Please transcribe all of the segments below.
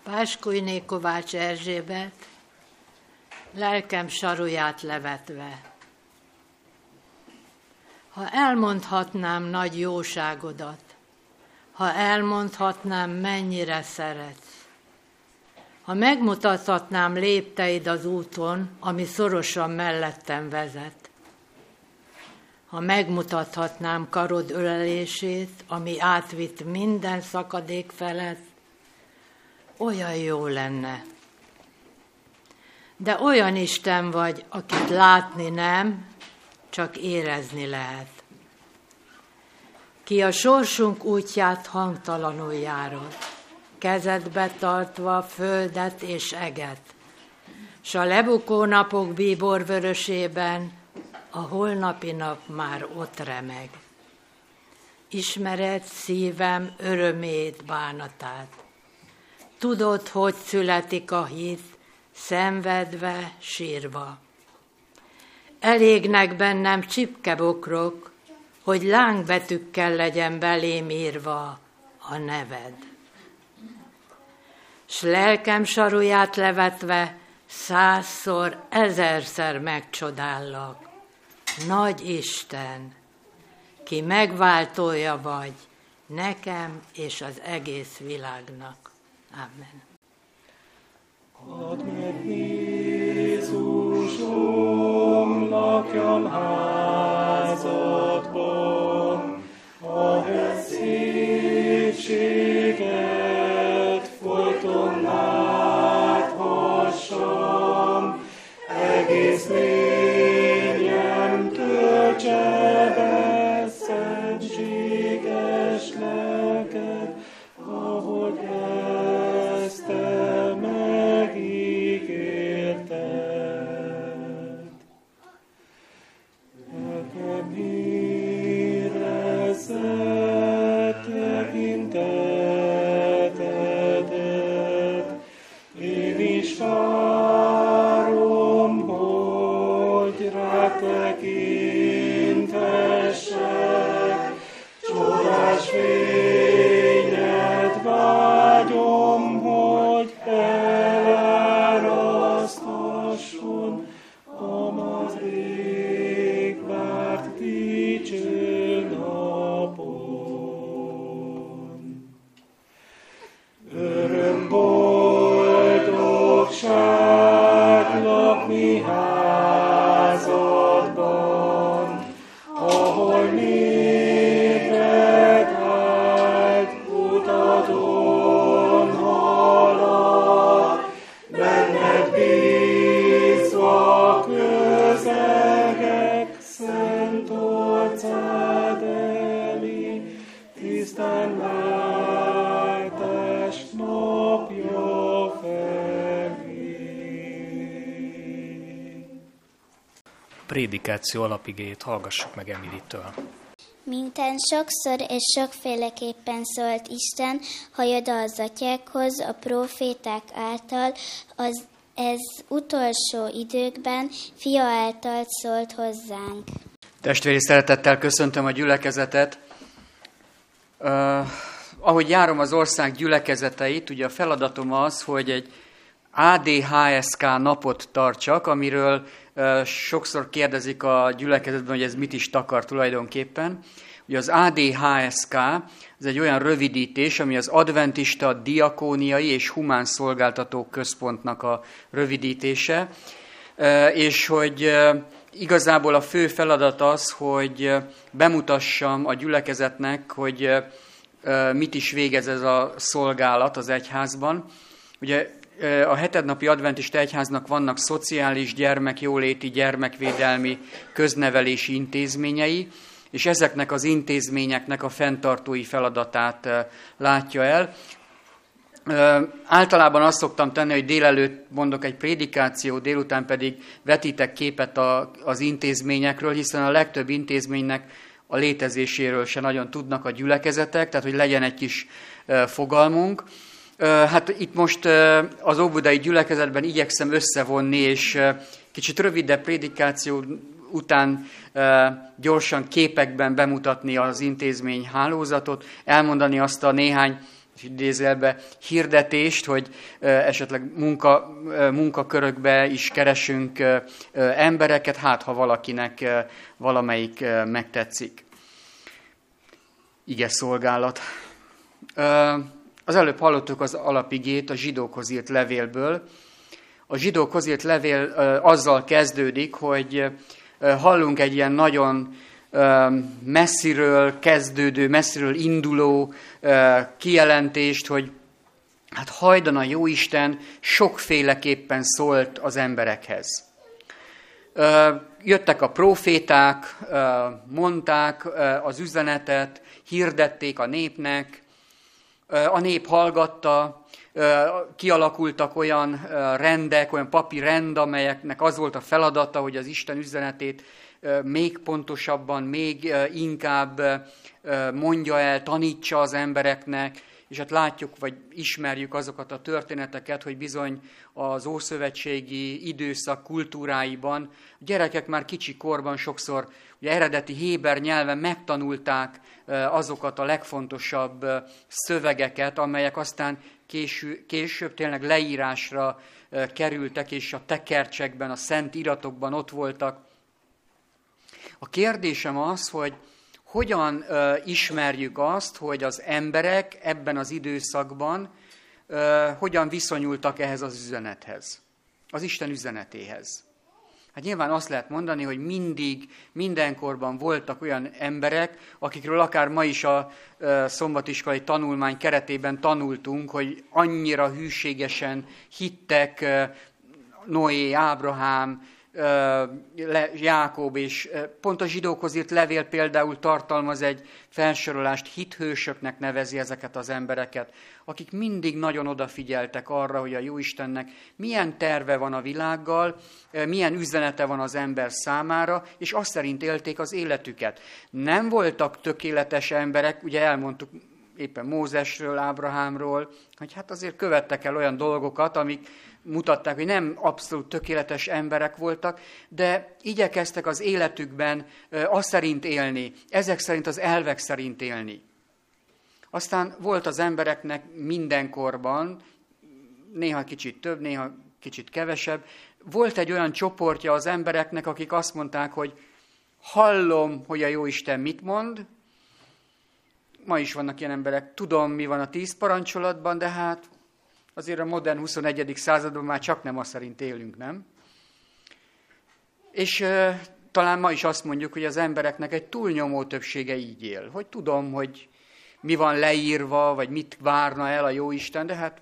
Páskújné Kovács Erzsébet, lelkem saruját levetve. Ha elmondhatnám nagy jóságodat, ha elmondhatnám, mennyire szeretsz, ha megmutathatnám lépteid az úton, ami szorosan mellettem vezet, ha megmutathatnám karod ölelését, ami átvitt minden szakadék felett, olyan jó lenne. De olyan Isten vagy, akit látni nem, csak érezni lehet. Ki a sorsunk útját hangtalanul járod, kezedbe tartva földet és eget, s a lebukó napok bíborvörösében a holnapi nap már ott remeg. Ismered szívem örömét, bánatát. Tudod, hogy születik a hit, szenvedve, sírva. Elégnek bennem csipkebokrok, hogy lángbetűkkel legyen belém írva a neved. S lelkem saruját levetve 100-szor, 1000-szer megcsodállak. Nagy Isten, ki megváltója vagy nekem és az egész világnak. Amen. Add meg, Jézusom, lakjam házadban, ahhez szépséget folyton láthassam, egész lényem töltse be szentséges lelked, ahogy ezt te megígérted. Nekem érezzed tekintetedet, én is várom, hogy rátekintessek, csodás fényed vágyom, hogy eláraszthasson az rég várt dicső napon. Öröm, boldogság lakni házadban, ahol néped ágy utadon halad, benned bízva közegek szent orcád elé, tisztán látás napja felé. Prédikáció alapigéjét hallgassuk meg Emilitől. Miután sokszor és sokféleképpen szólt Isten, hajad az atyákhoz a próféták által, ez utolsó időkben fia által szólt hozzánk. Testvéri szeretettel köszöntöm a gyülekezetet. Ahogy járom az ország gyülekezeteit, ugye a feladatom az, hogy egy ADHSK napot tartsak, amiről sokszor kérdezik a gyülekezetben, hogy ez mit is takar tulajdonképpen. Ugye az ADHSK, ez egy olyan rövidítés, ami az Adventista Diakóniai és Humán Szolgáltató Központnak a rövidítése, és hogy igazából a fő feladat az, hogy bemutassam a gyülekezetnek, hogy mit is végez ez a szolgálat az egyházban. Ugye a hetednapi adventista egyháznak vannak szociális, gyermekjóléti, gyermekvédelmi, köznevelési intézményei, és ezeknek az intézményeknek a fenntartói feladatát látja el. Általában azt szoktam tenni, hogy délelőtt mondok egy prédikációt, délután pedig vetítek képet az intézményekről, hiszen a legtöbb intézménynek a létezéséről se nagyon tudnak a gyülekezetek, tehát hogy legyen egy kis fogalmunk. Hát itt most az óbudai gyülekezetben igyekszem összevonni, és kicsit rövidebb prédikáció után gyorsan képekben bemutatni az intézmény hálózatot, elmondani azt a néhány idézőjelbe hirdetést, hogy esetleg munkakörökbe is keresünk embereket, hát ha valakinek valamelyik megtetszik. Ige szolgálat. Az előbb hallottuk az alapigét a zsidókhoz írt levélből. A zsidókhoz írt levél azzal kezdődik, hogy hallunk egy ilyen nagyon messziről kezdődő, messziről induló kijelentést, hogy hát hajdan a Jóisten sokféleképpen szólt az emberekhez. Jöttek a próféták, mondták az üzenetet, hirdették a népnek, a nép hallgatta, kialakultak olyan rendek, olyan papi rend, amelyeknek az volt a feladata, hogy az Isten üzenetét még pontosabban, még inkább mondja el, tanítsa az embereknek, és hát látjuk, vagy ismerjük azokat a történeteket, hogy bizony az ószövetségi időszak kultúráiban a gyerekek már kicsi korban sokszor ugye eredeti héber nyelven megtanulták azokat a legfontosabb szövegeket, amelyek aztán később tényleg leírásra kerültek, és a tekercsekben, a szent iratokban ott voltak. A kérdésem az, hogy hogyan ismerjük azt, hogy az emberek ebben az időszakban hogyan viszonyultak ehhez az üzenethez, az Isten üzenetéhez. Hát nyilván azt lehet mondani, hogy mindenkorban voltak olyan emberek, akikről akár ma is a szombatiskolai tanulmány keretében tanultunk, hogy annyira hűségesen hittek Noé, Ábrahám, Jákob, és pont a zsidókhoz írt levél például tartalmaz egy felsorolást, hithősöknek nevezi ezeket az embereket, akik mindig nagyon odafigyeltek arra, hogy a Jóistennek milyen terve van a világgal, milyen üzenete van az ember számára, és azt szerint élték az életüket. Nem voltak tökéletes emberek, ugye elmondtuk éppen Mózesről, Ábrahámról, hogy hát azért követtek el olyan dolgokat, amik mutatták, hogy nem abszolút tökéletes emberek voltak, de igyekeztek az életükben azt szerint élni, ezek szerint az elvek szerint élni. Aztán volt az embereknek mindenkorban, néha kicsit több, néha kicsit kevesebb, volt egy olyan csoportja az embereknek, akik azt mondták, hogy hallom, hogy a Jóisten mit mond, ma is vannak ilyen emberek, tudom, mi van a 10 parancsolatban, de hát azért a modern 21. században már csak nem azt szerint élünk, nem? És talán ma is azt mondjuk, hogy az embereknek egy túlnyomó többsége így él. Hogy tudom, hogy mi van leírva, vagy mit várna el a Jóisten, de hát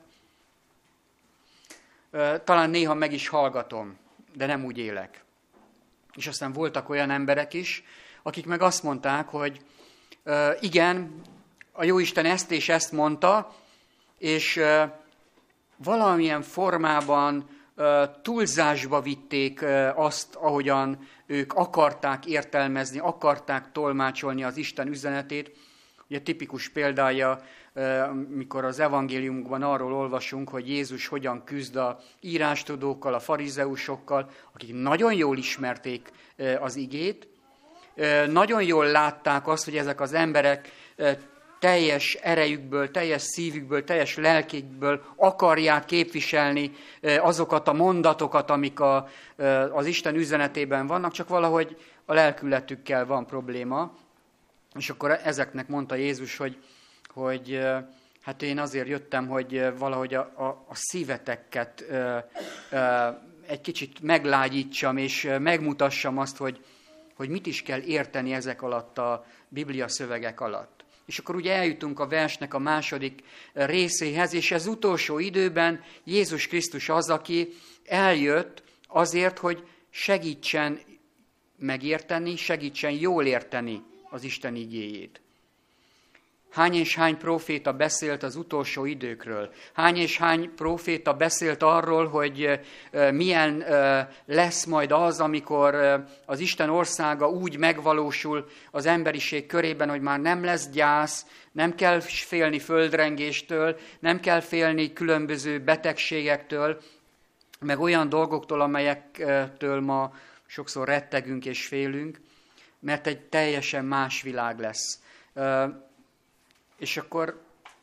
talán néha meg is hallgatom, de nem úgy élek. És aztán voltak olyan emberek is, akik meg azt mondták, hogy igen, a Jóisten ezt és ezt mondta, és valamilyen formában túlzásba vitték azt, ahogyan ők akarták értelmezni, akarták tolmácsolni az Isten üzenetét. Ugye tipikus példája, mikor az evangéliumokban arról olvasunk, hogy Jézus hogyan küzd a írástudókkal, a farizeusokkal, akik nagyon jól ismerték az igét, nagyon jól látták azt, hogy ezek az emberek teljes erejükből, teljes szívükből, teljes lelkükből akarják képviselni azokat a mondatokat, amik az Isten üzenetében vannak, csak valahogy a lelkületükkel van probléma. És akkor ezeknek mondta Jézus, hogy hát én azért jöttem, hogy valahogy a szíveteket egy kicsit meglágyítsam, és megmutassam azt, hogy mit is kell érteni ezek alatt a Biblia szövegek alatt. És akkor ugye eljutunk a versnek a második részéhez, és ez utolsó időben Jézus Krisztus az, aki eljött azért, hogy segítsen megérteni, segítsen jól érteni az Isten igéjét. Hány és hány próféta beszélt az utolsó időkről? Hány és hány próféta beszélt arról, hogy milyen lesz majd az, amikor az Isten országa úgy megvalósul az emberiség körében, hogy már nem lesz gyász, nem kell félni földrengéstől, nem kell félni különböző betegségektől, meg olyan dolgoktól, amelyektől ma sokszor rettegünk és félünk, mert egy teljesen más világ lesz. És akkor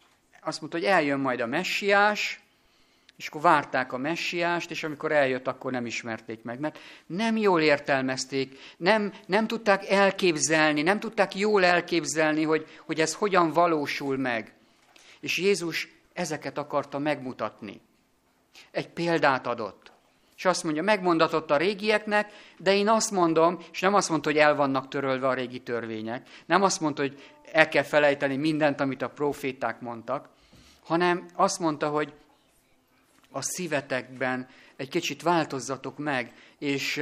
azt mondta, hogy eljön majd a messiás, és akkor várták a messiást, és amikor eljött, akkor nem ismerték meg, mert nem jól értelmezték, nem tudták elképzelni, nem tudták jól elképzelni, hogy ez hogyan valósul meg. És Jézus ezeket akarta megmutatni. Egy példát adott. És azt mondja, megmondatott a régieknek, de én azt mondom, és nem azt mondta, hogy el vannak törölve a régi törvények, nem azt mondta, hogy el kell felejteni mindent, amit a próféták mondtak, hanem azt mondta, hogy a szívetekben egy kicsit változzatok meg, és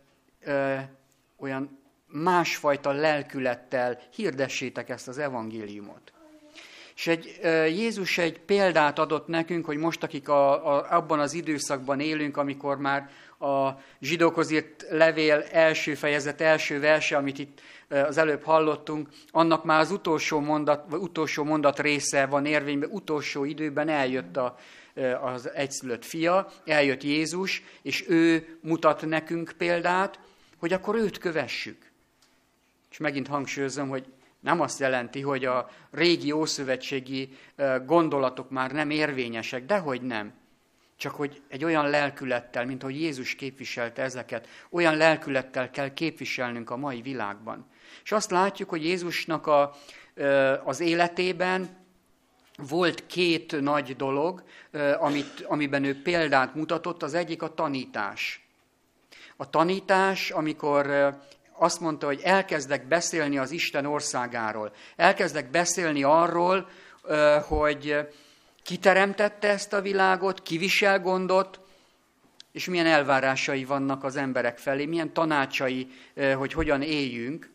olyan másfajta lelkülettel hirdessétek ezt az evangéliumot. És Jézus egy példát adott nekünk, hogy most, akik abban az időszakban élünk, amikor már a zsidókhoz írt levél első fejezet, első verse, amit itt az előbb hallottunk, annak már az utolsó mondat része van érvényben, utolsó időben eljött az egyszülött fia, eljött Jézus, és ő mutat nekünk példát, hogy akkor őt kövessük. És megint hangsúlyozom, hogy nem azt jelenti, hogy a régi ószövetségi gondolatok már nem érvényesek, dehogy nem. Csak hogy egy olyan lelkülettel, mint ahogy Jézus képviselte ezeket, olyan lelkülettel kell képviselnünk a mai világban. És azt látjuk, hogy Jézusnak az életében volt két nagy dolog, amiben ő példát mutatott, az egyik a tanítás. A tanítás, amikor azt mondta, hogy elkezdek beszélni az Isten országáról. Elkezdek beszélni arról, hogy ki teremtette ezt a világot, ki visel gondot, és milyen elvárásai vannak az emberek felé, milyen tanácsai, hogy hogyan éljünk.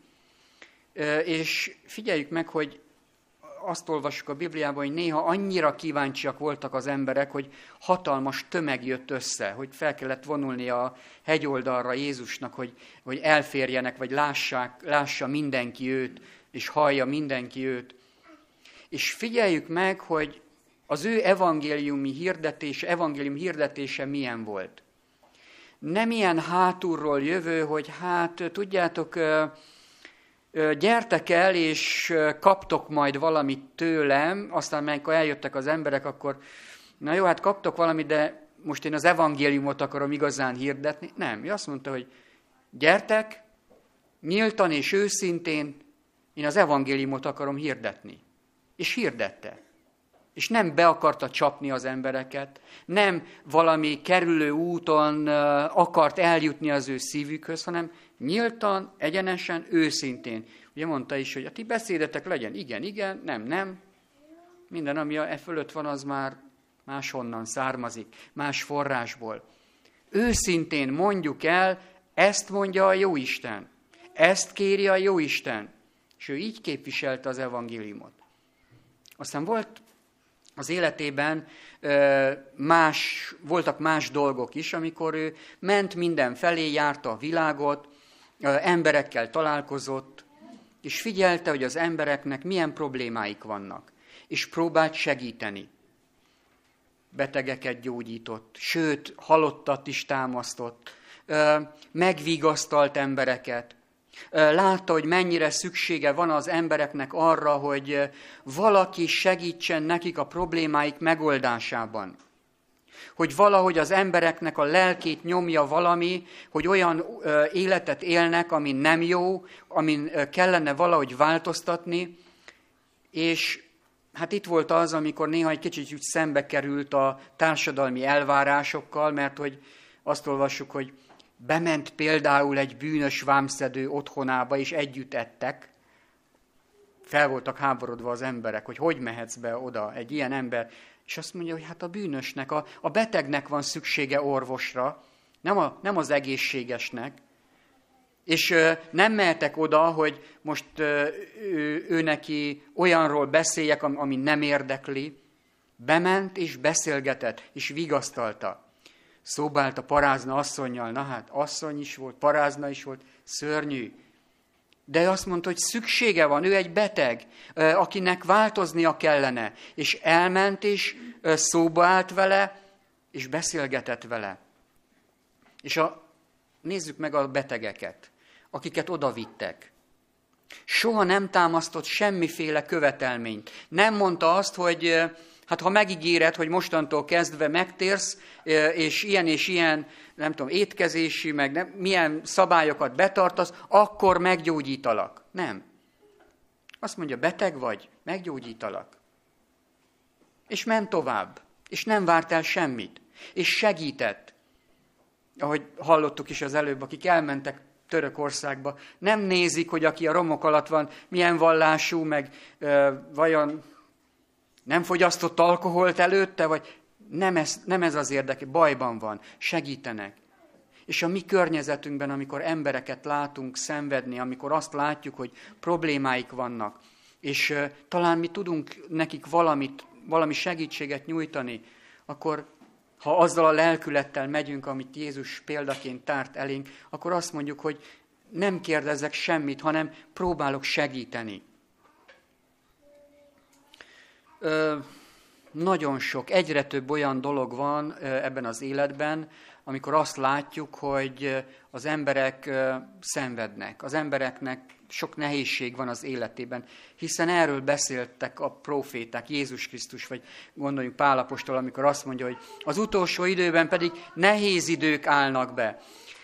És figyeljük meg, hogy azt olvassuk a Bibliában, hogy néha annyira kíváncsiak voltak az emberek, hogy hatalmas tömeg jött össze, hogy fel kellett vonulni a hegyoldalra Jézusnak, hogy elférjenek, vagy lássa mindenki őt, és hallja mindenki őt. És figyeljük meg, hogy az ő evangélium hirdetése milyen volt. Nem ilyen hátulról jövő, hogy hát tudjátok, gyertek el, és kaptok majd valamit tőlem, aztán amikor eljöttek az emberek, akkor na jó, hát kaptok valamit, de most én az evangéliumot akarom igazán hirdetni. Nem, ő azt mondta, hogy gyertek, nyíltan és őszintén, én az evangéliumot akarom hirdetni. És hirdette. És nem be akarta csapni az embereket, nem valami kerülő úton akart eljutni az ő szívükhöz, hanem nyíltan, egyenesen, őszintén. Ugye mondta is, hogy a ti beszédetek legyen igen, igen, nem, nem. Minden, ami e fölött van, az már máshonnan származik, más forrásból. Őszintén mondjuk el, ezt mondja a Jóisten. Ezt kéri a Jóisten. És ő így képviselte az evangéliumot. Aztán volt az életében voltak más dolgok is, amikor ő ment mindenfelé, járta a világot, emberekkel találkozott, és figyelte, hogy az embereknek milyen problémáik vannak, és próbált segíteni. Betegeket gyógyított, sőt, halottat is támasztott, megvigasztalt embereket. Látta, hogy mennyire szüksége van az embereknek arra, hogy valaki segítsen nekik a problémáik megoldásában. Hogy valahogy az embereknek a lelkét nyomja valami, hogy olyan életet élnek, ami nem jó, amin kellene valahogy változtatni, és hát itt volt az, amikor néha egy kicsit úgy szembe került a társadalmi elvárásokkal, mert hogy azt olvassuk, hogy bement például egy bűnös vámszedő otthonába, és együtt ettek. Fel voltak háborodva az emberek, hogy mehetsz be oda egy ilyen ember. És azt mondja, hogy hát a bűnösnek, a betegnek van szüksége orvosra, nem az egészségesnek. És nem mehetek oda, hogy most ő neki olyanról beszéljek, ami nem érdekli. Bement és beszélgetett, és vigasztalta. Szóba állt a parázna asszonnyal, na hát asszony is volt, parázna is volt, szörnyű. De ő azt mondta, hogy szüksége van, ő egy beteg, akinek változnia kellene. És elment, és szóba állt vele, és beszélgetett vele. És nézzük meg a betegeket, akiket odavittek. Soha nem támasztott semmiféle követelményt. Nem mondta azt, hogy Hát ha megígéred, hogy mostantól kezdve megtérsz, és ilyen, nem tudom, étkezési, meg milyen szabályokat betartasz, akkor meggyógyítalak. Nem. Azt mondja, beteg vagy, meggyógyítalak. És ment tovább. És nem várt el semmit. És segített. Ahogy hallottuk is az előbb, akik elmentek Törökországba, nem nézik, hogy aki a romok alatt van, milyen vallású, meg vajon nem fogyasztott alkoholt előtte, vagy nem ez az érdeke, bajban van, segítenek. És a mi környezetünkben, amikor embereket látunk szenvedni, amikor azt látjuk, hogy problémáik vannak, és talán mi tudunk nekik valami segítséget nyújtani, akkor ha azzal a lelkülettel megyünk, amit Jézus példaként tárt elénk, akkor azt mondjuk, hogy nem kérdezek semmit, hanem próbálok segíteni. Nagyon sok, egyre több olyan dolog van ebben az életben, amikor azt látjuk, hogy az emberek szenvednek, az embereknek sok nehézség van az életében, hiszen erről beszéltek a próféták, Jézus Krisztus, vagy gondoljunk Pál apostol, amikor azt mondja, hogy az utolsó időben pedig nehéz idők állnak be.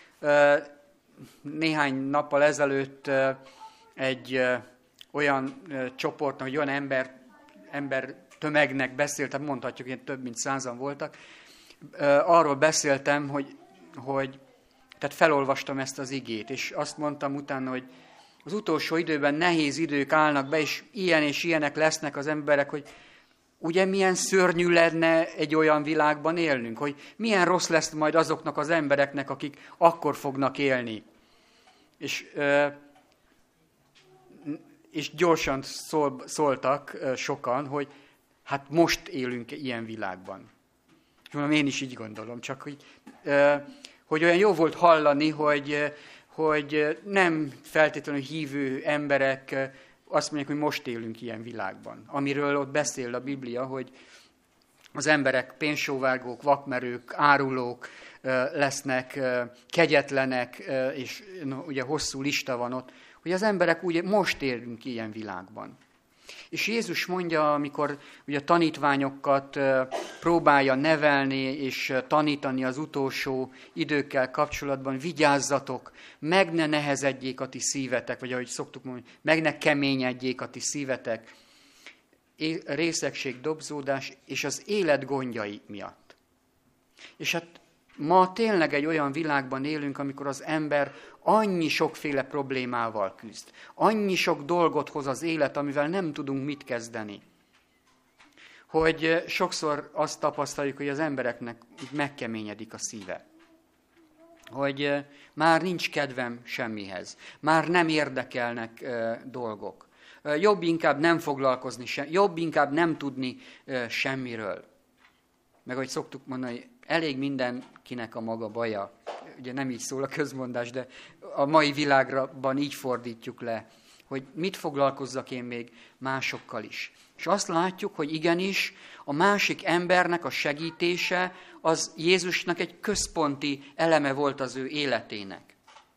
Néhány nappal ezelőtt egy olyan csoportnak, egy olyan ember tömegnek beszéltem, mondhatjuk, hogy több mint 100-an voltak. Arról beszéltem, hogy tehát felolvastam ezt az igét, és azt mondtam utána, hogy az utolsó időben nehéz idők állnak be, és ilyenek lesznek az emberek, hogy ugye milyen szörnyű lenne egy olyan világban élnünk, hogy milyen rossz lesz majd azoknak az embereknek, akik akkor fognak élni. És gyorsan szóltak sokan, hogy hát most élünk ilyen világban. És mondom, én is így gondolom, csak hogy olyan jó volt hallani, hogy nem feltétlenül hívő emberek azt mondják, hogy most élünk ilyen világban. Amiről ott beszél a Biblia, hogy az emberek pénzsóvárgók, vakmerők, árulók lesznek, kegyetlenek, és ugye hosszú lista van ott, hogy az emberek ugye most élünk ilyen világban. És Jézus mondja, amikor ugye a tanítványokat próbálja nevelni és tanítani az utolsó időkkel kapcsolatban, vigyázzatok, meg ne nehezedjék a ti szívetek, vagy ahogy szoktuk mondani, meg ne keményedjék a ti szívetek, részegség, dobzódás és az élet gondjai miatt. És hát ma tényleg egy olyan világban élünk, amikor az ember annyi sokféle problémával küzd. Annyi sok dolgot hoz az élet, amivel nem tudunk mit kezdeni. Hogy sokszor azt tapasztaljuk, hogy az embereknek megkeményedik a szíve. Hogy már nincs kedvem semmihez. Már nem érdekelnek dolgok. Jobb inkább nem foglalkozni, jobb inkább nem tudni semmiről. Meg ahogy szoktuk mondani, elég mindenkinek a maga baja. Ugye nem így szól a közmondás, de a mai világban így fordítjuk le, hogy mit foglalkozzak én még másokkal is. És azt látjuk, hogy igenis a másik embernek a segítése az Jézusnak egy központi eleme volt az ő életének.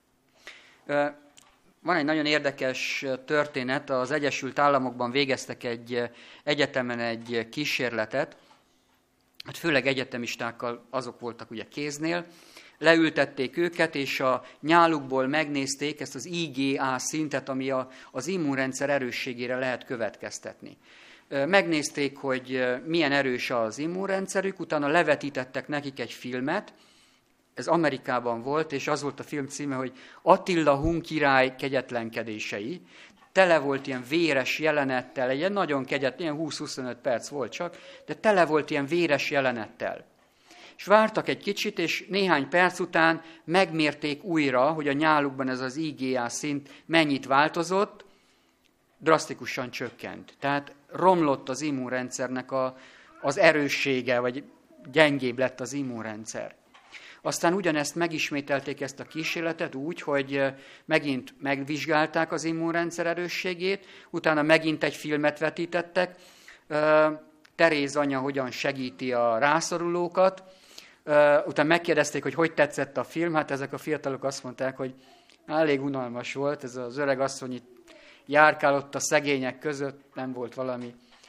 Van egy nagyon érdekes történet, az Egyesült Államokban végeztek egy egyetemen egy kísérletet, hát főleg egyetemistákkal azok voltak ugye kéznél, leültették őket, és a nyálukból megnézték ezt az IgA szintet, ami az immunrendszer erősségére lehet következtetni. Megnézték, hogy milyen erős az immunrendszerük, utána levetítettek nekik egy filmet, ez Amerikában volt, és az volt a film címe, hogy Attila hun király kegyetlenkedései. Tele volt ilyen véres jelenettel, egy ilyen nagyon kegyetlen, ilyen 20-25 perc volt csak, de tele volt ilyen véres jelenettel. És vártak egy kicsit, és néhány perc után megmérték újra, hogy a nyálukban ez az IgA szint mennyit változott, drasztikusan csökkent. Tehát romlott az immunrendszernek az erőssége, vagy gyengébb lett az immunrendszer. Aztán ugyanezt megismételték ezt a kísérletet úgy, hogy megint megvizsgálták az immunrendszer erősségét, utána megint egy filmet vetítettek, Teréz anya hogyan segíti a rászorulókat, utána megkérdezték, hogy tetszett a film, hát ezek a fiatalok azt mondták, hogy elég unalmas volt, ez az öreg asszony itt járkálott a szegények között, nem volt valami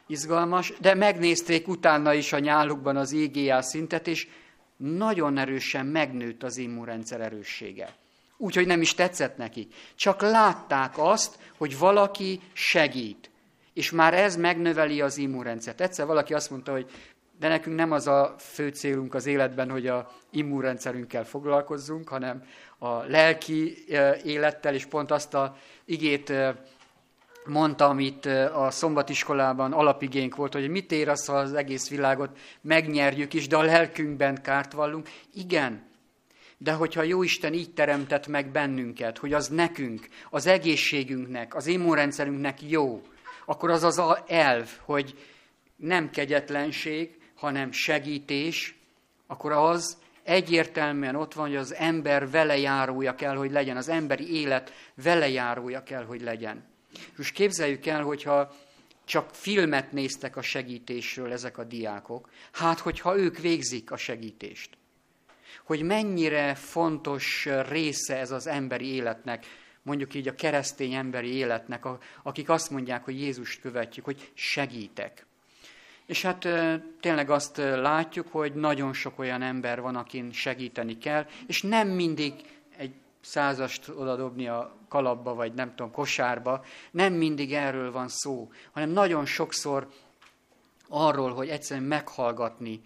izgalmas, de megnézték utána is a nyálukban az IgA szintet, és nagyon erősen megnőtt az immunrendszer erőssége. Úgyhogy nem is tetszett nekik. Csak látták azt, hogy valaki segít. És már ez megnöveli az immunrendszert. Egyszer valaki azt mondta, hogy de nekünk nem az a fő célunk az életben, hogy az immunrendszerünkkel foglalkozzunk, hanem a lelki élettel, és pont azt a igét mondta, amit a szombatiskolában alapigénk volt, hogy mit ér az, ha az egész világot megnyerjük is, de a lelkünkben kárt vallunk. Igen, de hogyha Jóisten így teremtett meg bennünket, hogy az nekünk, az egészségünknek, az immunrendszerünknek jó, akkor az az elv, hogy nem kegyetlenség, hanem segítés, akkor az egyértelműen ott van, hogy az ember velejárója kell, hogy legyen, az emberi élet velejárója kell, hogy legyen. Most képzeljük el, hogyha csak filmet néztek a segítésről ezek a diákok, hát hogyha ők végzik a segítést, hogy mennyire fontos része ez az emberi életnek, mondjuk így a keresztény emberi életnek, akik azt mondják, hogy Jézust követjük, hogy segítek. És hát tényleg azt látjuk, hogy nagyon sok olyan ember van, akin segíteni kell, és nem mindig egy 100-ast odadobni a kalapba, vagy nem tudom, kosárba, nem mindig erről van szó, hanem nagyon sokszor arról, hogy egyszerűen meghallgatni.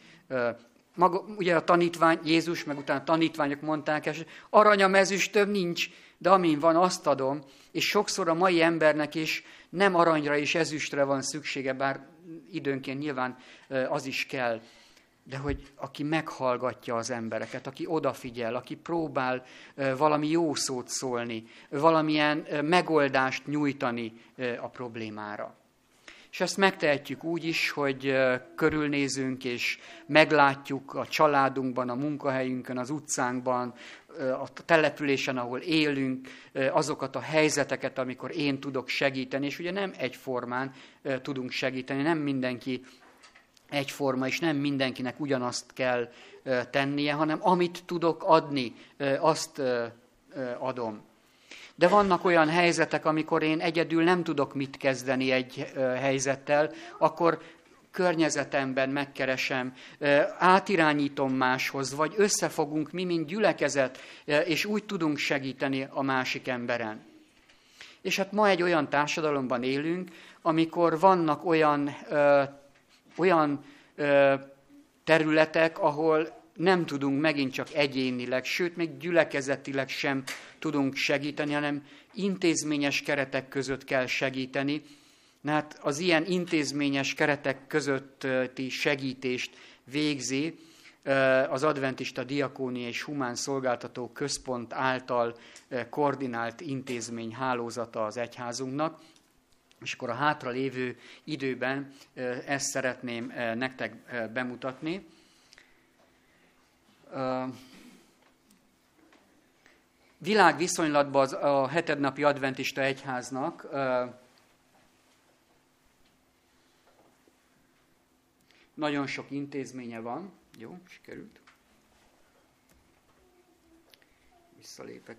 Ugye a tanítvány, Jézus, meg utána a tanítványok mondták, és aranyam, ezüstöm nincs, de amin van, azt adom, és sokszor a mai embernek is nem aranyra és ezüstre van szüksége, bár időnként nyilván az is kell, de hogy aki meghallgatja az embereket, aki odafigyel, aki próbál valami jó szót szólni, valamilyen megoldást nyújtani a problémára. És ezt megtehetjük úgy is, hogy körülnézünk, és meglátjuk a családunkban, a munkahelyünkön, az utcánkban, a településen, ahol élünk, azokat a helyzeteket, amikor én tudok segíteni, és ugye nem egyformán tudunk segíteni, nem mindenki egyforma, és nem mindenkinek ugyanazt kell tennie, hanem amit tudok adni, azt adom. De vannak olyan helyzetek, amikor én egyedül nem tudok mit kezdeni egy helyzettel, akkor környezetemben megkeresem, átirányítom máshoz, vagy összefogunk mi, mint gyülekezet, és úgy tudunk segíteni a másik emberen. És hát ma egy olyan társadalomban élünk, amikor vannak olyan területek, ahol nem tudunk megint csak egyénileg, sőt, még gyülekezetileg sem tudunk segíteni, hanem intézményes keretek között kell segíteni. Hát az ilyen intézményes keretek közötti segítést végzi az Adventista Diakónia és Humán Szolgáltató Központ által koordinált intézmény hálózata az egyházunknak. És akkor a hátra lévő időben ezt szeretném nektek bemutatni. Világviszonylatban a hetednapi adventista egyháznak nagyon sok intézménye van. Jó, sikerült. Visszalépek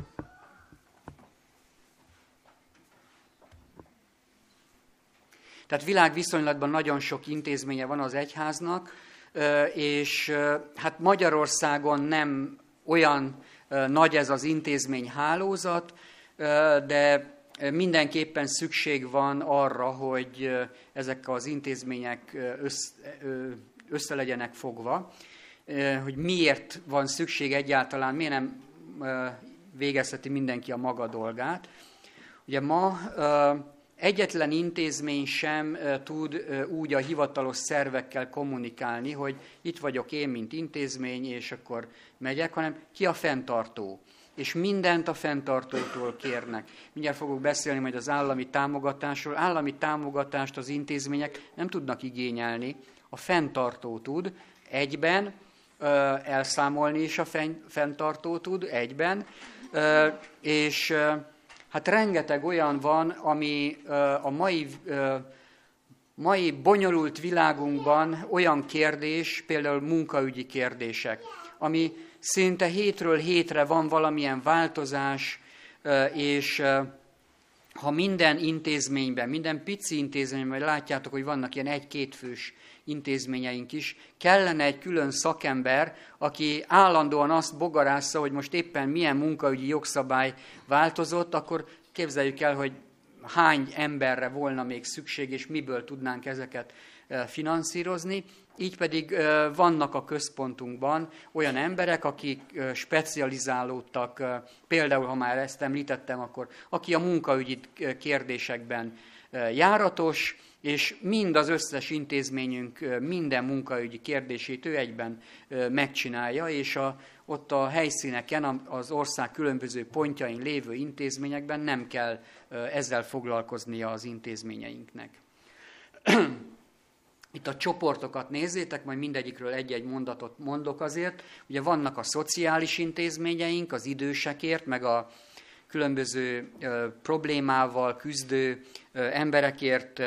Tehát világviszonylatban nagyon sok intézménye van az egyháznak, és hát Magyarországon nem olyan nagy ez az intézményhálózat, de mindenképpen szükség van arra, hogy ezek az intézmények össze legyenek fogva, hogy miért van szükség egyáltalán, miért nem végezheti mindenki a maga dolgát. Ugye ma egyetlen intézmény sem tud úgy a hivatalos szervekkel kommunikálni, hogy itt vagyok én, mint intézmény, és akkor megyek, hanem ki a fenntartó. És mindent a fenntartótól kérnek. Mindjárt fogok beszélni majd az állami támogatásról. Állami támogatást az intézmények nem tudnak igényelni. A fenntartó tud egyben, elszámolni is a fenntartó tud egyben, és hát rengeteg olyan van, ami a mai bonyolult világunkban olyan kérdés, például munkaügyi kérdések, ami szinte hétről hétre van valamilyen változás, és ha minden intézményben, minden pici intézményben, látjátok, hogy vannak ilyen 1-2 fős intézményeink is, kellene egy külön szakember, aki állandóan azt bogarásza, hogy most éppen milyen munkaügyi jogszabály változott, akkor képzeljük el, hogy hány emberre volna még szükség, és miből tudnánk ezeket finanszírozni. Így pedig vannak a központunkban olyan emberek, akik specializálódtak, például, ha már ezt említettem, akkor aki a munkaügyi kérdésekben járatos, és mind az összes intézményünk minden munkaügyi kérdését ő egyben megcsinálja, és ott a helyszíneken, az ország különböző pontjain lévő intézményekben nem kell ezzel foglalkoznia az intézményeinknek. Itt a csoportokat nézzétek, majd mindegyikről egy-egy mondatot mondok azért. Ugye vannak a szociális intézményeink, az idősekért, meg a különböző problémával küzdő emberekért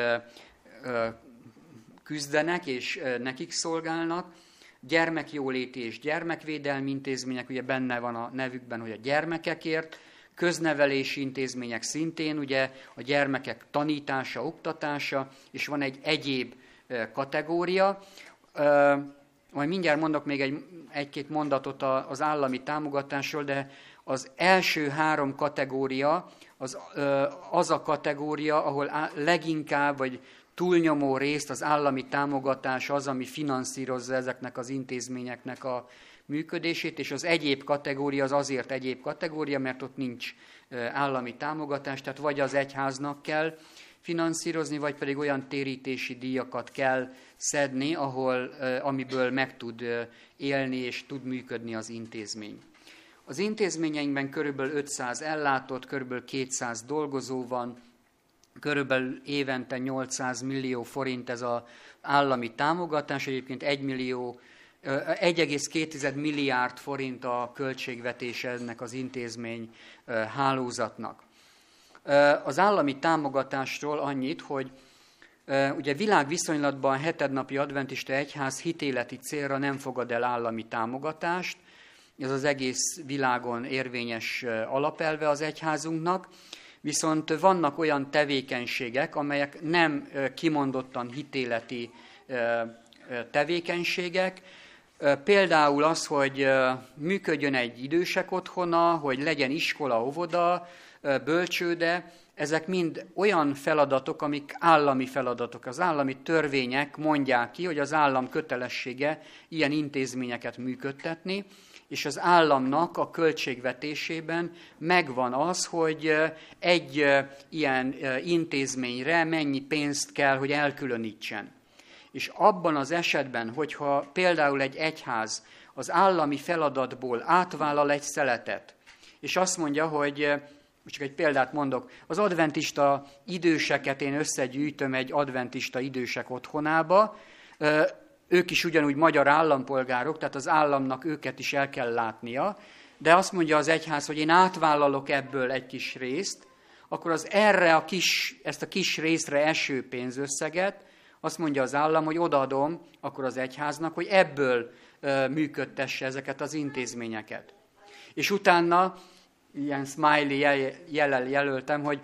küzdenek, és nekik szolgálnak. Gyermekjóléti és gyermekvédelmi intézmények, ugye benne van a nevükben, hogy a gyermekekért. Köznevelési intézmények szintén, ugye a gyermekek tanítása, oktatása, és van egy egyéb kategória. Majd mindjárt mondok még egy-két mondatot az állami támogatásról, de az első 3 kategória az a kategória, ahol leginkább, vagy túlnyomó részt az állami támogatás az, ami finanszírozza ezeknek az intézményeknek a működését, és az egyéb kategória az azért egyéb kategória, mert ott nincs állami támogatás, tehát vagy az egyháznak kell finanszírozni, vagy pedig olyan térítési díjakat kell szedni, amiből meg tud élni és tud működni az intézmény. Az intézményeinkben körülbelül 500 ellátott, körülbelül 200 dolgozó van, körülbelül évente 800 millió forint ez az állami támogatás, egyébként 1,2 milliárd forint a költségvetése ennek az intézmény hálózatnak. Az állami támogatásról annyit, hogy ugye világviszonylatban a hetednapi adventista egyház hitéleti célra nem fogad el állami támogatást, ez az egész világon érvényes alapelve az egyházunknak, viszont vannak olyan tevékenységek, amelyek nem kimondottan hitéleti tevékenységek, például az, hogy működjön egy idősek otthona, hogy legyen iskola, óvoda, bölcsőde, ezek mind olyan feladatok, amik állami feladatok. Az állami törvények mondják ki, hogy az állam kötelessége ilyen intézményeket működtetni, és az államnak a költségvetésében megvan az, hogy egy ilyen intézményre mennyi pénzt kell, hogy elkülönítsen. És abban az esetben, hogyha például egy egyház az állami feladatból átvállal egy szeletet, és azt mondja, hogy, csak egy példát mondok, az adventista időseket én összegyűjtöm egy adventista idősek otthonába, ők is ugyanúgy magyar állampolgárok, tehát az államnak őket is el kell látnia, de azt mondja az egyház, hogy én átvállalok ebből egy kis részt, akkor az ezt a kis részre eső pénzösszeget, azt mondja az állam, hogy odaadom akkor az egyháznak, hogy ebből működtesse ezeket az intézményeket. És utána, ilyen smiley jellel jelöltem, hogy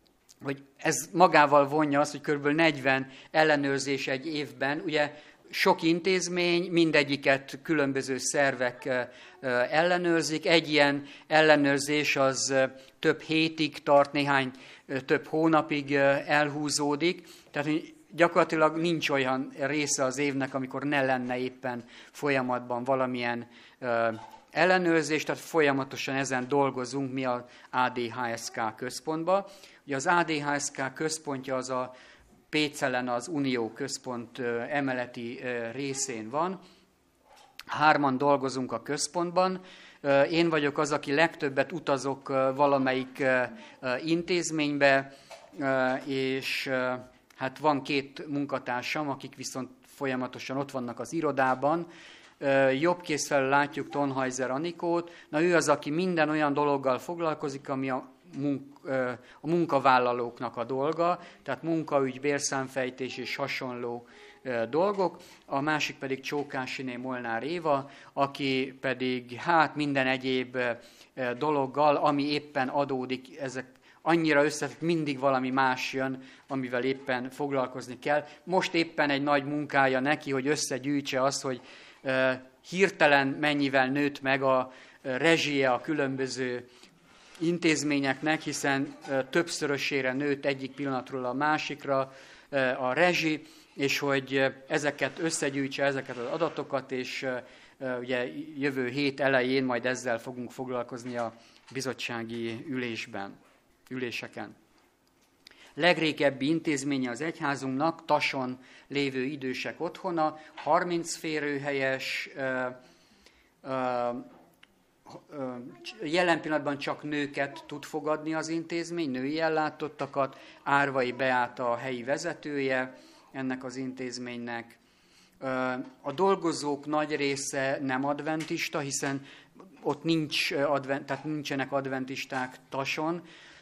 ez magával vonja azt, hogy kb. 40 ellenőrzés egy évben, ugye sok intézmény, mindegyiket különböző szervek ellenőrzik. Egy ilyen ellenőrzés az több hétig tart, több hónapig elhúzódik. Tehát gyakorlatilag nincs olyan része az évnek, amikor ne lenne éppen folyamatban valamilyen ellenőrzés, tehát folyamatosan ezen dolgozunk mi az ADHSK központban. Ugye az ADHSK központja az a Pécelen az Unió központ emeleti részén van. 3-an dolgozunk a központban. Én vagyok az, aki legtöbbet utazok valamelyik intézménybe, és hát van 2 munkatársam, akik viszont folyamatosan ott vannak az irodában. Jobb kézfelől látjuk Tonhajzer Anikót. Na ő az, aki minden olyan dologgal foglalkozik, ami a munkavállalóknak a dolga, tehát munkaügy, bérszámfejtés és hasonló dolgok. A másik pedig Csókásiné Molnár Éva, aki pedig minden egyéb dologgal, ami éppen adódik, ezek annyira összetett, mindig valami más jön, amivel éppen foglalkozni kell. Most éppen egy nagy munkája neki, hogy összegyűjtse azt, hogy hirtelen mennyivel nőtt meg a rezsie a különböző intézményeknek, hiszen többszörösére nőtt egyik pillanatról a másikra a rezsi, és hogy ezeket összegyűjtse, ezeket az adatokat, és ugye jövő hét elején majd ezzel fogunk foglalkozni a bizottsági üléseken. Legrégebbi intézménye az egyházunknak Tason lévő idősek otthona, 30 férőhelyes, jelen pillanatban csak nőket tud fogadni az intézmény, női ellátottakat, Árvai Beáta a helyi vezetője ennek az intézménynek. A dolgozók nagy része nem adventista, hiszen ott tehát nincsenek adventisták Tason.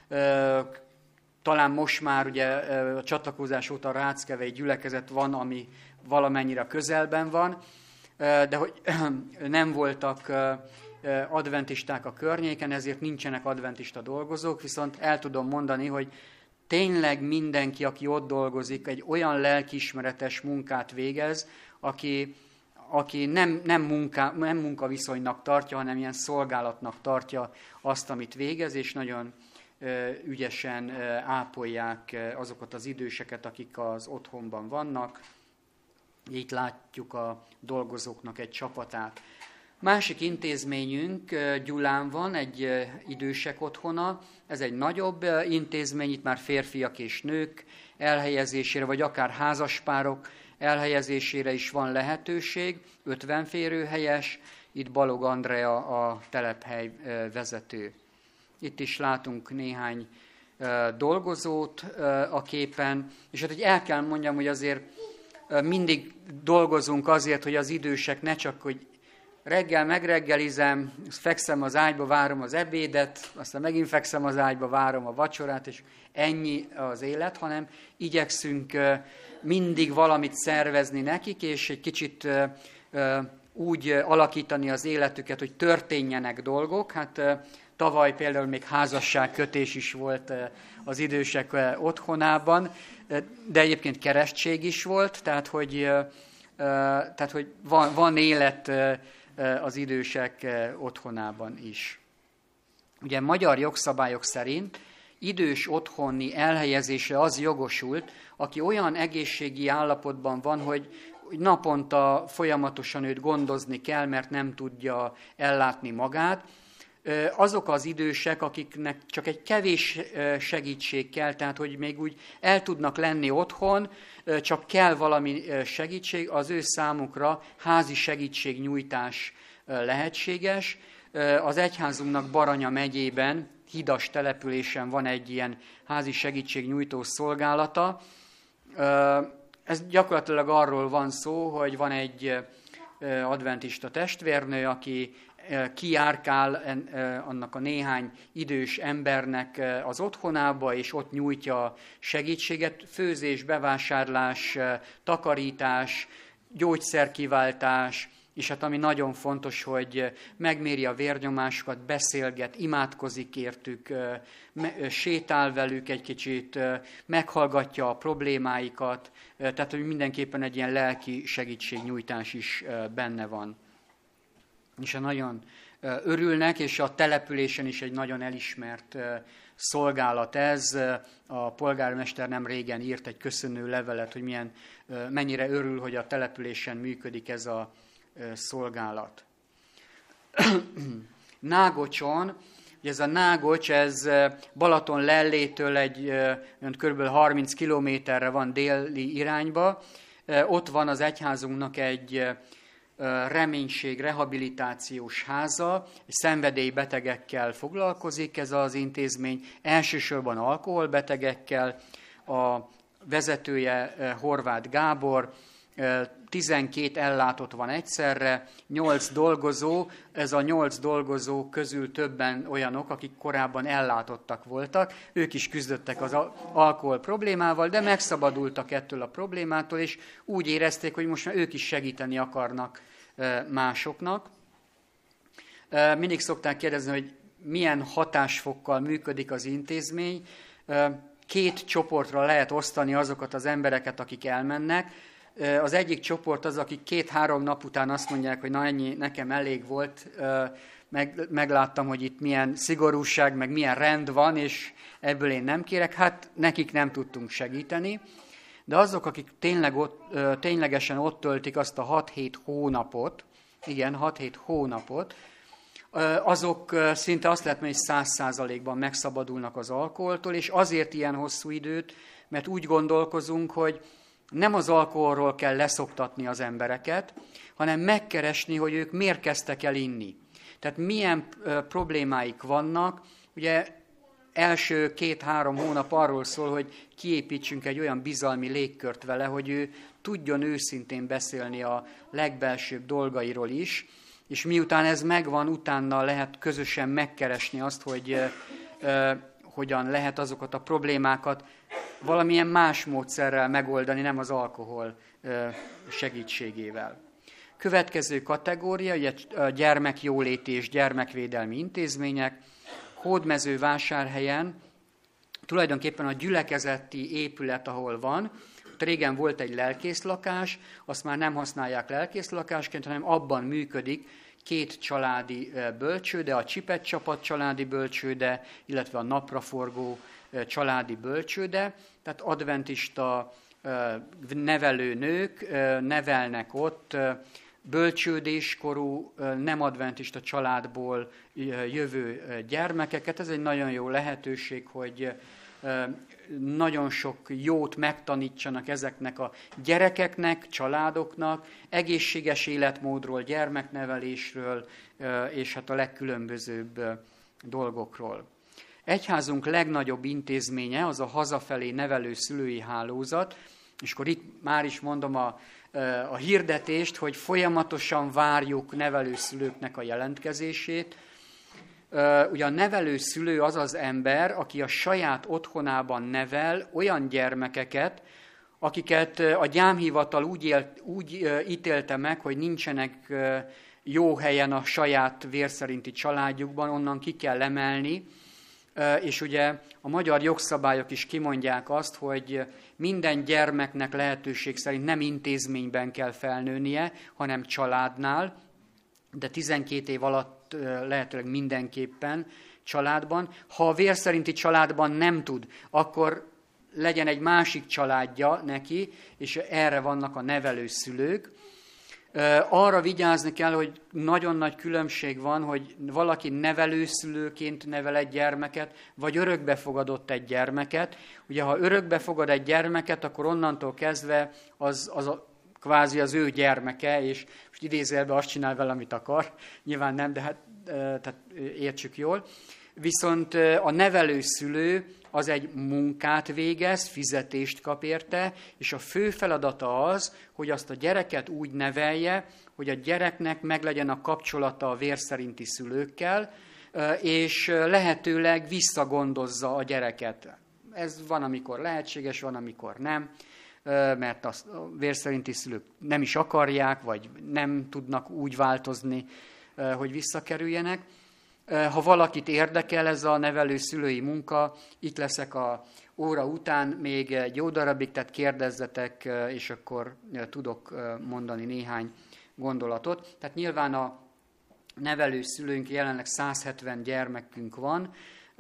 Talán most már ugye a csatlakozás óta a Ráckevei gyülekezet van, ami valamennyire közelben van, de hogy nem voltak adventisták a környéken, ezért nincsenek adventista dolgozók, viszont el tudom mondani, hogy tényleg mindenki, aki ott dolgozik, egy olyan lelkiismeretes munkát végez, aki nem munkaviszonynak tartja, hanem ilyen szolgálatnak tartja azt, amit végez, és nagyon ügyesen ápolják azokat az időseket, akik az otthonban vannak. Itt látjuk a dolgozóknak egy csapatát. Másik intézményünk Gyulán van, egy idősek otthona. Ez egy nagyobb intézmény, itt már férfiak és nők elhelyezésére, vagy akár házaspárok elhelyezésére is van lehetőség. 50 férőhelyes, itt Balog Andrea a telephely vezető. Itt is látunk néhány dolgozót a képen, és hát hogy el kell mondjam, hogy azért mindig dolgozunk azért, hogy az idősek ne csak, hogy reggel megreggelizem, fekszem az ágyba, várom az ebédet, aztán megint fekszem az ágyba, várom a vacsorát, és ennyi az élet, hanem igyekszünk mindig valamit szervezni nekik, és egy kicsit úgy alakítani az életüket, hogy történjenek dolgok. Hát tavaly például még házasságkötés is volt az idősek otthonában, de egyébként keresztség is volt, tehát hogy van élet az idősek otthonában is. Ugye magyar jogszabályok szerint idős otthoni elhelyezésre az jogosult, aki olyan egészségi állapotban van, hogy naponta folyamatosan őt gondozni kell, mert nem tudja ellátni magát. Azok az idősek, akiknek csak egy kevés segítség kell, tehát hogy még úgy el tudnak lenni otthon, csak kell valami segítség, az ő számukra házi segítségnyújtás lehetséges. Az egyházunknak Baranya megyében, Hidas településen van egy ilyen házi segítségnyújtó szolgálata. Ez gyakorlatilag arról van szó, hogy van egy adventista testvérnő, aki kijárkál annak a néhány idős embernek az otthonába, és ott nyújtja a segítséget, főzés, bevásárlás, takarítás, gyógyszerkiváltás, és hát ami nagyon fontos, hogy megméri a vérnyomásukat, beszélget, imádkozik értük, sétál velük egy kicsit, meghallgatja a problémáikat, tehát hogy mindenképpen egy ilyen lelki segítségnyújtás is benne van. És nagyon örülnek, és a településen is egy nagyon elismert szolgálat ez. A polgármester nem régen írt egy köszönő levelet, hogy mennyire örül, hogy a településen működik ez a szolgálat. Nágocson, ez a Nágocs, ez Balaton-Lellétől egy kb. 30 kilométerre van déli irányba. Ott van az egyházunknak egy Reménység rehabilitációs háza, szenvedélybetegekkel foglalkozik ez az intézmény, elsősorban alkoholbetegekkel, a vezetője Horváth Gábor, 12 ellátott van egyszerre, 8 dolgozó, ez a 8 dolgozó közül többen olyanok, akik korábban ellátottak voltak, ők is küzdöttek az alkohol problémával, de megszabadultak ettől a problémától, és úgy érezték, hogy most már ők is segíteni akarnak másoknak. Mindig szokták kérdezni, hogy milyen hatásfokkal működik az intézmény. 2 csoportra lehet osztani azokat az embereket, akik elmennek. Az egyik csoport az, akik 2-3 nap után azt mondják, hogy na ennyi, nekem elég volt, megláttam, hogy itt milyen szigorúság, meg milyen rend van, és ebből én nem kérek, hát nekik nem tudtunk segíteni. De azok, akik ténylegesen ott töltik azt a 6-7 hónapot, igen, 6-7 hónapot, azok szinte azt lehet mondani, hogy 100%-ban megszabadulnak az alkoholtól, és azért ilyen hosszú időt, mert úgy gondolkozunk, hogy nem az alkoholról kell leszoktatni az embereket, hanem megkeresni, hogy ők miért kezdtek el inni. Tehát milyen problémáik vannak. Ugye első 2-3 hónap arról szól, hogy kiépítsünk egy olyan bizalmi légkört vele, hogy ő tudjon őszintén beszélni a legbelsőbb dolgairól is, és miután ez megvan, utána lehet közösen megkeresni azt, hogy hogyan lehet azokat a problémákat valamilyen más módszerrel megoldani, nem az alkohol segítségével. Következő kategória, ugye a gyermekjóléti és gyermekvédelmi intézmények. Hódmezővásárhelyen tulajdonképpen a gyülekezeti épület, ahol van, régen volt egy lelkészlakás, azt már nem használják lelkészlakásként, hanem abban működik 2 családi bölcsőde, a Csipet csapat családi bölcsőde, illetve a Napraforgó családi bölcsőde, tehát adventista nevelőnők nevelnek ott bölcsődéskorú, nem adventista családból jövő gyermekeket. Ez egy nagyon jó lehetőség, hogy nagyon sok jót megtanítsanak ezeknek a gyerekeknek, családoknak, egészséges életmódról, gyermeknevelésről, és hát a legkülönbözőbb dolgokról. Egyházunk legnagyobb intézménye az a hazafelé nevelő szülői hálózat, és akkor itt már is mondom a hirdetést, hogy folyamatosan várjuk nevelőszülőknek a jelentkezését. Ugye a nevelőszülő az az ember, aki a saját otthonában nevel olyan gyermekeket, akiket a gyámhivatal úgy ítélte meg, hogy nincsenek jó helyen a saját vérszerinti családjukban, onnan ki kell emelni, és ugye a magyar jogszabályok is kimondják azt, hogy minden gyermeknek lehetőség szerint nem intézményben kell felnőnie, hanem családnál, de 12 év alatt lehetőleg mindenképpen családban. Ha a vérszerinti családban nem tud, akkor legyen egy másik családja neki, és erre vannak a nevelőszülők. Arra vigyázni kell, hogy nagyon nagy különbség van, hogy valaki nevelőszülőként nevel egy gyermeket, vagy örökbefogadott egy gyermeket. Ugye, ha örökbefogad egy gyermeket, akkor onnantól kezdve az kvázi az ő gyermeke, és most idézőjelben azt csinál vele, amit akar. Nyilván nem, de hát tehát értsük jól. Viszont a nevelőszülő az egy munkát végez, fizetést kap érte, és a fő feladata az, hogy azt a gyereket úgy nevelje, hogy a gyereknek meglegyen a kapcsolata a vérszerinti szülőkkel, és lehetőleg visszagondozza a gyereket. Ez van, amikor lehetséges, van, amikor nem, mert a vérszerinti szülők nem is akarják, vagy nem tudnak úgy változni, hogy visszakerüljenek. Ha valakit érdekel ez a nevelő-szülői munka, itt leszek a óra után még egy jó darabig, tehát kérdezzetek, és akkor tudok mondani néhány gondolatot. Tehát nyilván a nevelőszülőnk, jelenleg 170 gyermekünk van,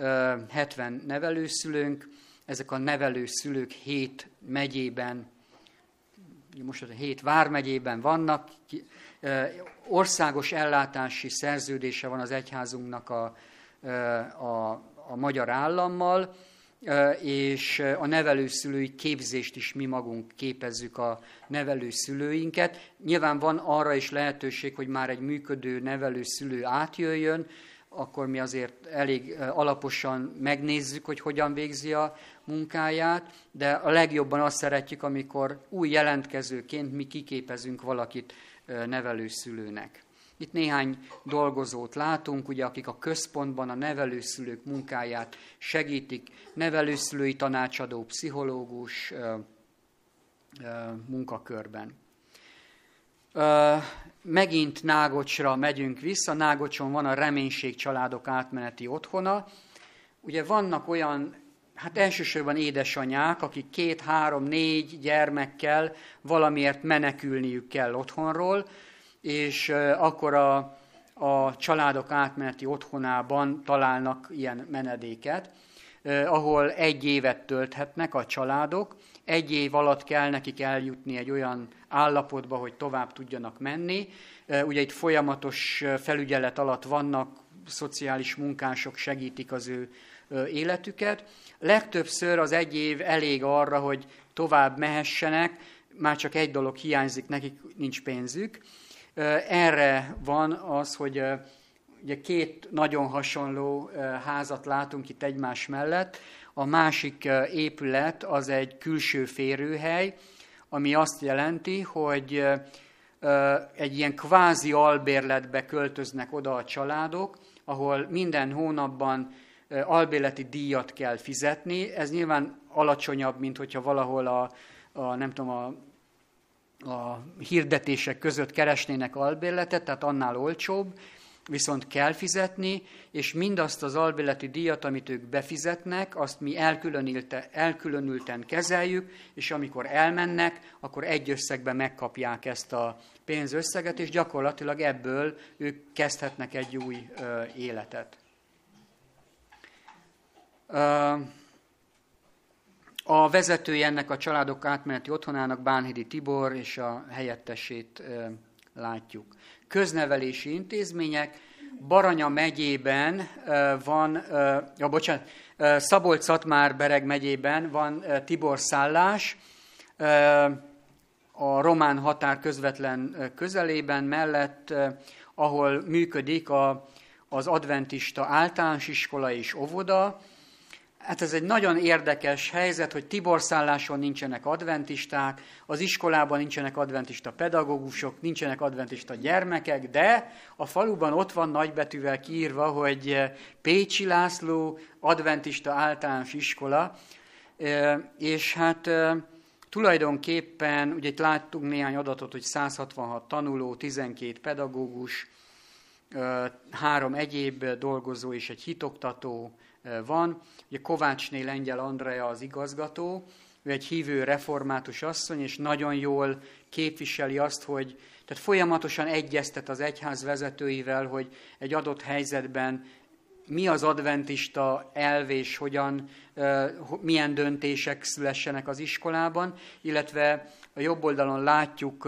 70 nevelőszülőnk, ezek a nevelőszülők 7 megyében, most 7 vármegyében vannak, országos ellátási szerződése van az egyházunknak a magyar állammal, és a nevelőszülői képzést is mi magunk képezzük a nevelőszülőinket. Nyilván van arra is lehetőség, hogy már egy működő nevelőszülő átjöjjön, akkor mi azért elég alaposan megnézzük, hogy hogyan végzi a munkáját, de a legjobban azt szeretjük, amikor új jelentkezőként mi kiképezünk valakit nevelőszülőnek. Itt néhány dolgozót látunk, ugye, akik a központban a nevelőszülők munkáját segítik, nevelőszülői tanácsadó, pszichológus munkakörben. megint Nágocsra megyünk vissza. Nágocson van a Reménység Családok Átmeneti Otthona. Ugye vannak olyan, hát elsősorban édesanyák, akik 2, 3, 4 gyermekkel valamiért menekülniük kell otthonról, és akkor a Családok Átmeneti Otthonában találnak ilyen menedéket, ahol 1 évet tölthetnek a családok. 1 év alatt kell nekik eljutni egy olyan állapotba, hogy tovább tudjanak menni. Ugye itt folyamatos felügyelet alatt vannak, szociális munkások segítik az ő életüket. Legtöbbször az 1 év elég arra, hogy tovább mehessenek, már csak egy dolog hiányzik, nekik nincs pénzük. Erre van az, hogy ugye 2 nagyon hasonló házat látunk itt egymás mellett. A másik épület az egy külső férőhely, ami azt jelenti, hogy egy ilyen kvázi albérletbe költöznek oda a családok, ahol minden hónapban albérleti díjat kell fizetni. Ez nyilván alacsonyabb, mint hogyha valahol a hirdetések között keresnének albérletet, tehát annál olcsóbb, viszont kell fizetni, és mindazt az albérleti díjat, amit ők befizetnek, azt mi elkülönülten kezeljük, és amikor elmennek, akkor egy összegben megkapják ezt a pénzösszeget, és gyakorlatilag ebből ők kezdhetnek egy új életet. A vezetője ennek a Családok Átmeneti Otthonának Bánhidi Tibor, és a helyettesét látjuk. Köznevelési intézmények. Baranya megyében van, Szabolcs-Szatmár-Bereg megyében van Tibor szállás, a román határ közvetlen közelében mellett, ahol működik az adventista általános iskola és óvoda. Hát ez egy nagyon érdekes helyzet, hogy Tiborszálláson nincsenek adventisták, az iskolában nincsenek adventista pedagógusok, nincsenek adventista gyermekek, de a faluban ott van nagybetűvel kiírva, hogy Pécsi László adventista általános iskola, és hát tulajdonképpen, ugye itt láttunk néhány adatot, hogy 166 tanuló, 12 pedagógus, 3 egyéb dolgozó és egy hitoktató van. Ugye Kovácsné Lengyel Andrea az igazgató, ő egy hívő református asszony, és nagyon jól képviseli azt, hogy tehát folyamatosan egyeztet az egyház vezetőivel, hogy egy adott helyzetben mi az adventista elv, és milyen döntések szülessenek az iskolában, illetve a jobb oldalon látjuk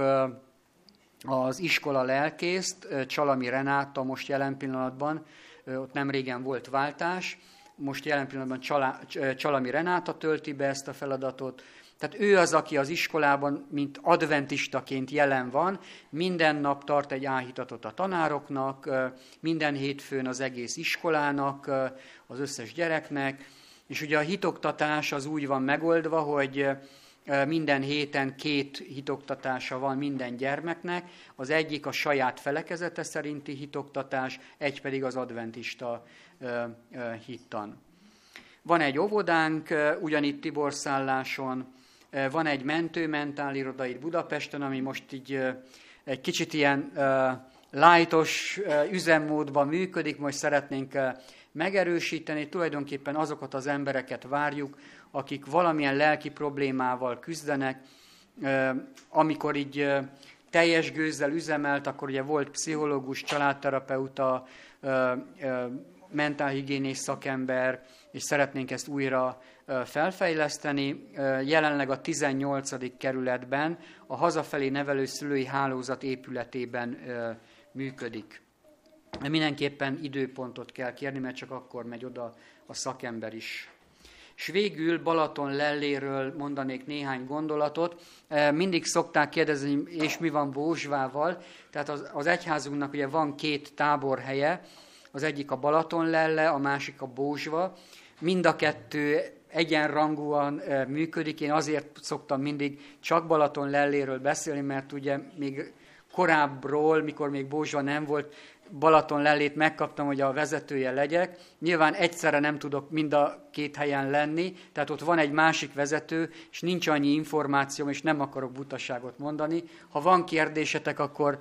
az iskola lelkészt, Csalami Renáta most jelen pillanatban, ott nem régen volt váltás, most jelen pillanatban Csalami Renáta tölti be ezt a feladatot. Tehát ő az, aki az iskolában, mint adventistaként jelen van, minden nap tart egy áhítatot a tanároknak, minden hétfőn az egész iskolának, az összes gyereknek, és ugye a hitoktatás az úgy van megoldva, hogy minden héten 2 hitoktatása van minden gyermeknek, az egyik a saját felekezete szerinti hitoktatás, egy pedig az adventista hittan. Van egy óvodánk, ugyanitt Tiborszálláson, van egy mentő-mentáliroda itt Budapesten, ami most így egy kicsit ilyen lightos üzemmódban működik, most szeretnénk megerősíteni. Tulajdonképpen azokat az embereket várjuk, akik valamilyen lelki problémával küzdenek. Amikor így teljes gőzzel üzemelt, akkor ugye volt pszichológus, családterapeuta, mentálhigiénés szakember, és szeretnénk ezt újra felfejleszteni. Jelenleg a 18. kerületben a Hazafelé Nevelő Szülői Hálózat épületében működik. Mindenképpen időpontot kell kérni, mert csak akkor megy oda a szakember is. És végül Balatonlelléről mondanék néhány gondolatot. Mindig szokták kérdezni, és mi van Bózsvával. Tehát az egyházunknak ugye van 2 táborhelye, az egyik a Balatonlelle, a másik a Bózsva. Mind a 2 egyenrangúan működik. Én azért szoktam mindig csak Balatonlelléről beszélni, mert ugye még korábbról, mikor még Bózsva nem volt, Balatonlellét megkaptam, hogy a vezetője legyek. Nyilván egyszerre nem tudok mind a 2 helyen lenni, tehát ott van egy másik vezető, és nincs annyi információm, és nem akarok butaságot mondani. Ha van kérdésetek, akkor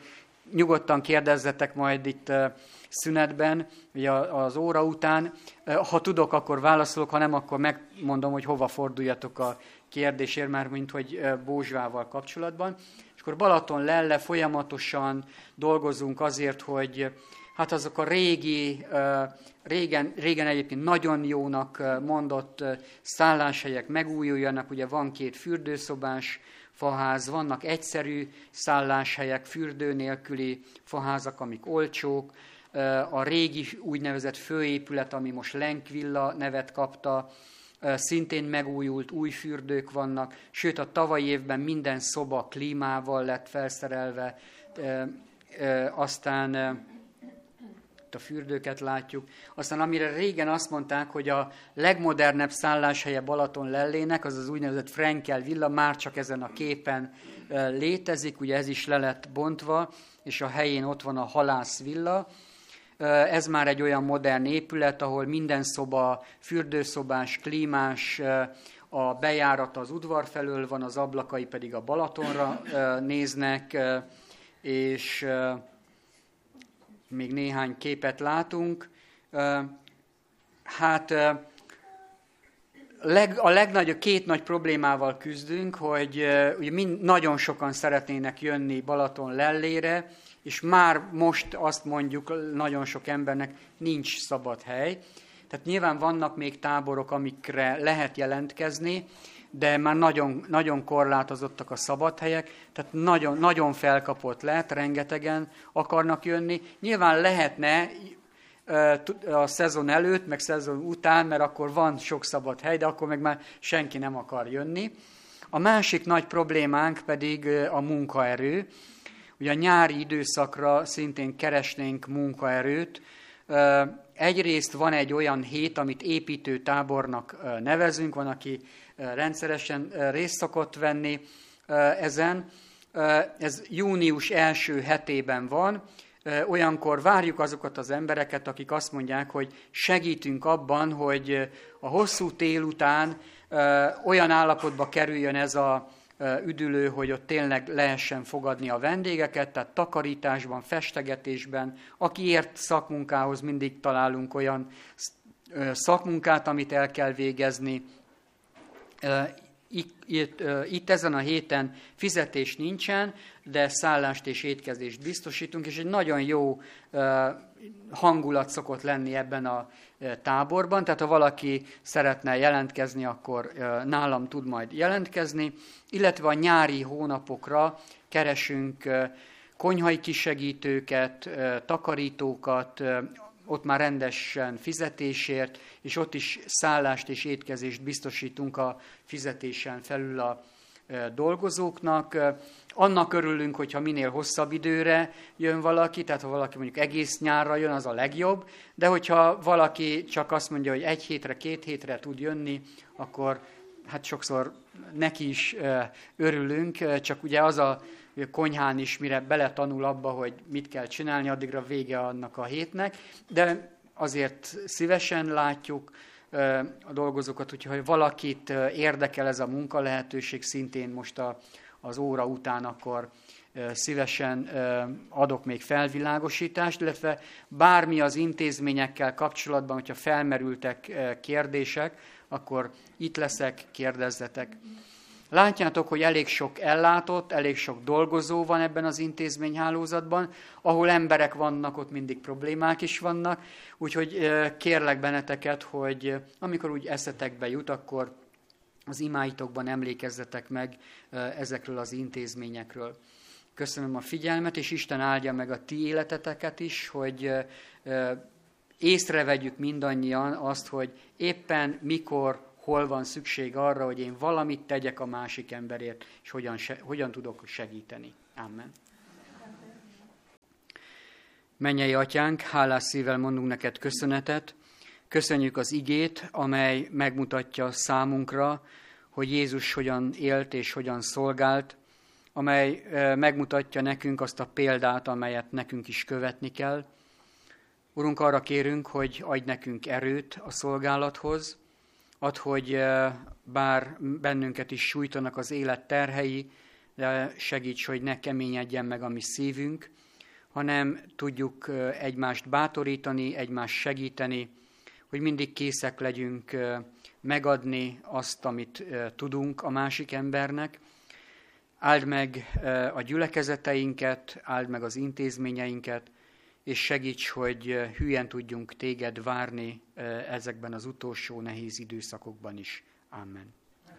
nyugodtan kérdezzetek majd itt szünetben, ugye az óra után. Ha tudok, akkor válaszolok, ha nem, akkor megmondom, hogy hova forduljatok a kérdésért, már mint hogy Bózsvával kapcsolatban. És akkor Balatonlelle folyamatosan dolgozunk azért, hogy hát azok a régen egyébként nagyon jónak mondott szálláshelyek megújuljanak. Ugye van 2 fürdőszobás faház, vannak egyszerű szálláshelyek, fürdő nélküli faházak, amik olcsók. A régi úgynevezett főépület, ami most Lenkvilla nevet kapta, szintén megújult, új fürdők vannak, sőt a tavalyi évben minden szoba klímával lett felszerelve, aztán a fürdőket látjuk. Aztán amire régen azt mondták, hogy a legmodernebb szálláshelye Balatonlellének, az az úgynevezett Frenkel villa, már csak ezen a képen létezik, ugye ez is le lett bontva, és a helyén ott van a Halász villa. Ez már egy olyan modern épület, ahol minden szoba fürdőszobás, klímás, a bejárata az udvar felől van, az ablakai pedig a Balatonra néznek, és még néhány képet látunk. Hát a legnagyobb 2 nagy problémával küzdünk, hogy ugye nagyon sokan szeretnének jönni Balatonlellére, és már most azt mondjuk nagyon sok embernek, nincs szabad hely. Tehát nyilván vannak még táborok, amikre lehet jelentkezni, de már nagyon, nagyon korlátozottak a szabadhelyek, tehát nagyon, nagyon felkapott lett, rengetegen akarnak jönni. Nyilván lehetne a szezon előtt, meg szezon után, mert akkor van sok szabad hely, de akkor meg már senki nem akar jönni. A másik nagy problémánk pedig a munkaerő. Ugye a nyári időszakra szintén keresnénk munkaerőt. Egyrészt van egy olyan hét, amit építőtábornak nevezünk, van, aki rendszeresen részt szokott venni ezen. Ez június első hetében van. Olyankor várjuk azokat az embereket, akik azt mondják, hogy segítünk abban, hogy a hosszú tél után olyan állapotba kerüljön ez a üdülő, hogy ott tényleg lehessen fogadni a vendégeket, tehát takarításban, festegetésben. Aki ért szakmunkához, mindig találunk olyan szakmunkát, amit el kell végezni. Itt ezen a héten fizetés nincsen, de szállást és étkezést biztosítunk, és egy nagyon jó hangulat szokott lenni ebben a táborban, tehát ha valaki szeretne jelentkezni, akkor nálam tud majd jelentkezni, illetve a nyári hónapokra keresünk konyhai kisegítőket, takarítókat, ott már rendesen fizetésért, és ott is szállást és étkezést biztosítunk a fizetésen felül a dolgozóknak. Annak örülünk, hogyha minél hosszabb időre jön valaki, tehát ha valaki mondjuk egész nyárra jön, az a legjobb, de hogyha valaki csak azt mondja, hogy 1 hétre, 2 hétre tud jönni, akkor hát sokszor neki is örülünk, csak ugye az a konyhán is, mire beletanul abba, hogy mit kell csinálni, addigra vége annak a hétnek, de azért szívesen látjuk a dolgozókat, hogyha valakit érdekel ez a munka lehetőség, szintén most az óra után, akkor szívesen adok még felvilágosítást, illetve bármi az intézményekkel kapcsolatban, hogyha felmerültek kérdések, akkor itt leszek, kérdezzetek. Látjátok, hogy elég sok ellátott, elég sok dolgozó van ebben az intézményhálózatban, ahol emberek vannak, ott mindig problémák is vannak, úgyhogy kérlek benneteket, hogy amikor úgy eszetekbe jut, akkor az imáitokban emlékezzetek meg ezekről az intézményekről. Köszönöm a figyelmet, és Isten áldja meg a ti életeteket is, hogy észrevegyük mindannyian azt, hogy éppen mikor, hol van szükség arra, hogy én valamit tegyek a másik emberért, és hogyan tudok segíteni. Amen. Mennyei Atyánk, hálás szívvel mondunk neked köszönetet. Köszönjük az igét, amely megmutatja számunkra, hogy Jézus hogyan élt és hogyan szolgált, amely megmutatja nekünk azt a példát, amelyet nekünk is követni kell. Urunk, arra kérünk, hogy adj nekünk erőt a szolgálathoz, add, hogy bár bennünket is sújtanak az élet terhei, de segíts, hogy ne keményedjen meg a mi szívünk, hanem tudjuk egymást bátorítani, egymást segíteni, hogy mindig készek legyünk megadni azt, amit tudunk a másik embernek. Áld meg a gyülekezeteinket, áld meg az intézményeinket, és segíts, hogy hülyen tudjunk téged várni ezekben az utolsó nehéz időszakokban is. Amen.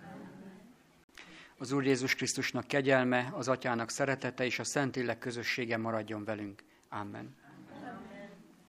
Az Úr Jézus Krisztusnak kegyelme, az Atyának szeretete és a Szentlélek közössége maradjon velünk. Amen.